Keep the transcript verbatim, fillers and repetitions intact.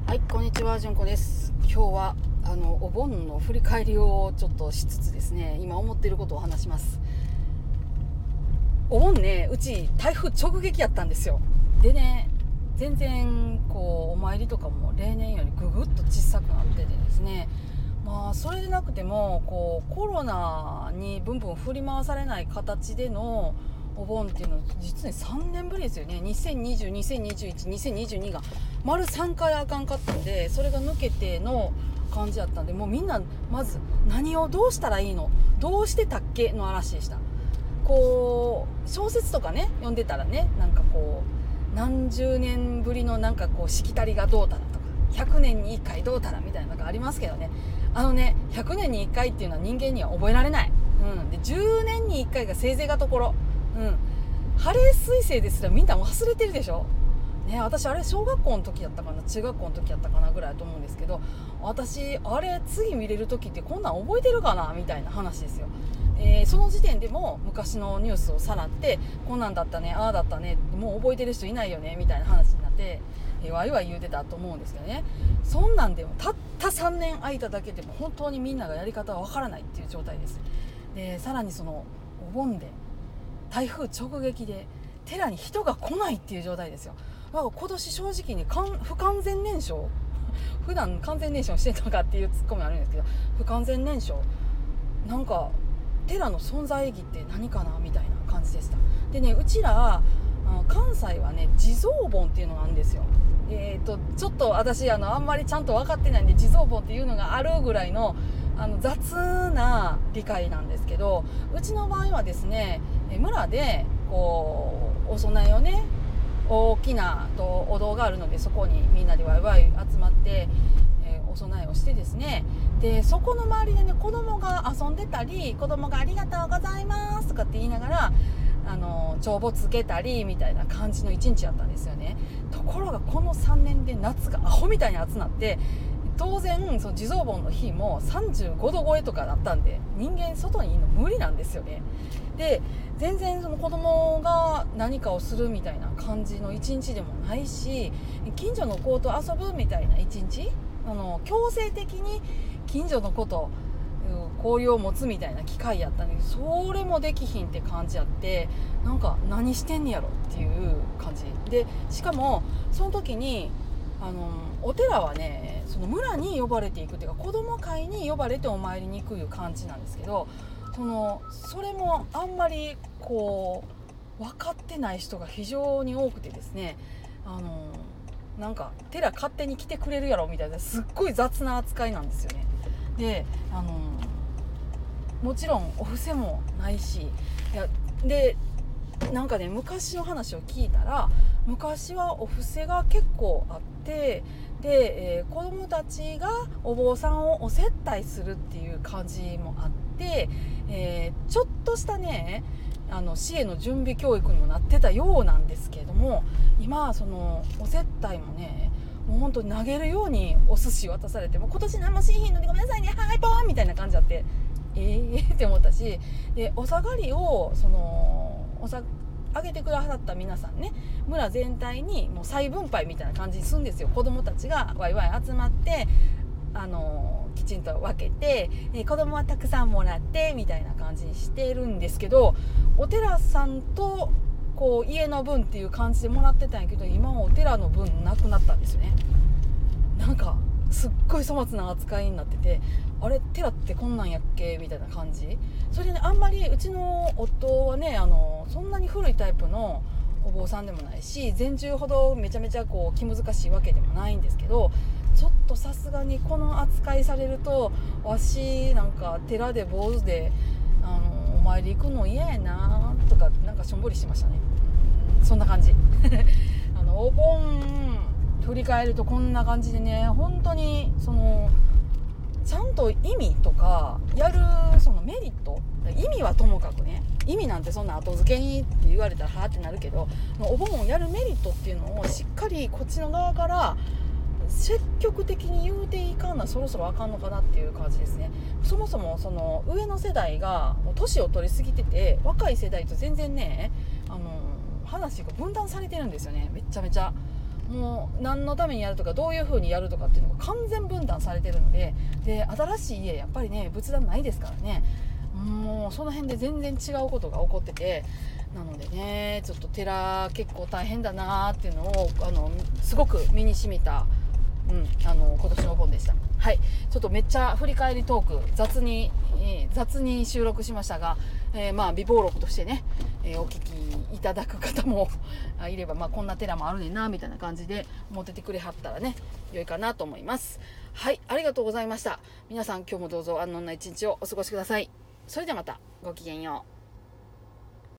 はい、こんにちは、じゅんこです。今日はあのお盆の振り返りをちょっとしつつですね、今思っていることを話します。お盆ね、うち台風直撃やったんですよ。でね、全然こうお参りとかも例年よりぐぐっと小さくなっててですね、まあそれでなくてもこうコロナにブンブン振り回されない形でのお盆っていうのは実にさんねんぶりですよね。にせんにじゅう、にせんにじゅういち、にせんにじゅうにが丸さんかいあかんかったんで、それが抜けての感じだったんで、もうみんなまず何をどうしたらいいの、どうしてたっけの嵐でした。こう小説とかね読んでたらね、なんかこう何十年ぶりのなんかこうしきたりがどうたらとかひゃくねんにいっかいどうたらみたいなのがありますけどね、あのねひゃくねんにいっかいっていうのは人間には覚えられない、うん、でじゅうねんにいっかいがせいぜいがところ、うん、ハレー彗星ですらみんな忘れてるでしょ、ね、私あれ小学校の時やったかな中学校の時やったかなぐらいだと思うんですけど、私あれ次見れる時ってこんなん覚えてるかなみたいな話ですよ。えー、その時点でも昔のニュースをさらってこんなんだったねああだったねもう覚えてる人いないよねみたいな話になって、えー、ワイワイ言うてたと思うんですけどね、そんなんでもたったさんねん空いただけでも本当にみんながやり方はわからないっていう状態です。でさらにそのお盆で台風直撃で寺に人が来ないっていう状態ですよ。だから今年正直に不完全燃焼普段完全燃焼してたのかっていうツッコミあるんですけど、不完全燃焼なんか寺の存在意義って何かなみたいな感じでした。でね、うちら関西はね地蔵盆っていうのがあるんですよ。えーとちょっと私あのあんまりちゃんと分かってないんで地蔵盆っていうのがあるぐらいのあの雑な理解なんですけど、うちの場合はですね村でこうお供えをね大きなとお堂があるので、そこにみんなでワイワイ集まって、えー、お供えをしてですね、でそこの周りでね子供が遊んでたり、子供がありがとうございますとかって言いながらあの帳簿つけたりみたいな感じの一日やったんですよね。ところがこのさんねんで夏がアホみたいに暑なって、当然その地蔵盆の日もさんじゅうごど超えとかだったんで、人間外にいるの無理なんですよね。で全然その子供が何かをするみたいな感じの一日でもないし、近所の子と遊ぶみたいな一日、あの強制的に近所の子と交流を持つみたいな機会やったんで、それもできひんって感じやって、なんか何してんねやろっていう感じで、しかもその時にあのお寺はねその村に呼ばれていくっていうか子供会に呼ばれてお参りに行くいう感じなんですけど、そのそれもあんまりこう分かってない人が非常に多くてですね、あのなんか寺勝手に来てくれるやろみたいなすっごい雑な扱いなんですよね。であのもちろんお布施もないし、いやでなんかね昔の話を聞いたら、昔はお布施が結構あって、で、えー、子供たちがお坊さんをお接待するっていう感じもあって、えー、ちょっとしたねあの市への準備教育にもなってたようなんですけれども、今そのお接待もねもう本当に投げるようにお寿司渡されて、もう今年何もしひんのでごめんなさいねはいポーンみたいな感じあって、えーって思ったし、でお下がりをそのおさあげてくださった皆さんね、村全体にもう再分配みたいな感じにするんですよ。子供たちがワイワイ集まってあのきちんと分けて、え子供はたくさんもらってみたいな感じにしてるんですけど、お寺さんとこう家の分っていう感じでもらってたんやけど、今はお寺の分なくなったんですよね。なんかすっごい粗末な扱いになってて、あれ寺ってこんなんやっけみたいな感じ。それでねあんまりうちの夫はねあのそんなに古いタイプのお坊さんでもないし、禅宗ほどめちゃめちゃこう気難しいわけでもないんですけど、ちょっとさすがにこの扱いされると、わしなんか寺で坊主であのお参り行くの嫌やなとかなんかしょんぼりしましたね。そんな感じあのお盆振り返るとこんな感じでね、本当にそのちゃんと意味とかやるそのメリット、意味はともかくね、意味なんてそんな後付けにって言われたらはーってなるけど、お盆をやるメリットっていうのをしっかりこっちの側から積極的に言うていかんなそろそろあかんのかなっていう感じですね。そもそもその上の世代がもう年を取りすぎてて、若い世代と全然ねあの話が分断されてるんですよね。めっちゃめちゃもう何のためにやるとかどういう風にやるとかっていうのが完全分担されてるので、で新しい家やっぱりね仏壇ないですからね、もうその辺で全然違うことが起こってて、なのでねちょっと寺結構大変だなっていうのをあのすごく身に染みた、うん、あの今年のお盆でした。はい、ちょっとめっちゃ振り返りトーク雑に、えー、雑に収録しましたが、えー、まあ備忘録としてね、えー、お聞きいただく方もいれば、まあ、こんな寺もあるねんなみたいな感じで思っててくれはったらね良いかなと思います。はい、ありがとうございました。皆さん今日もどうぞ安穏な一日をお過ごしください。それではまたごきげんよう。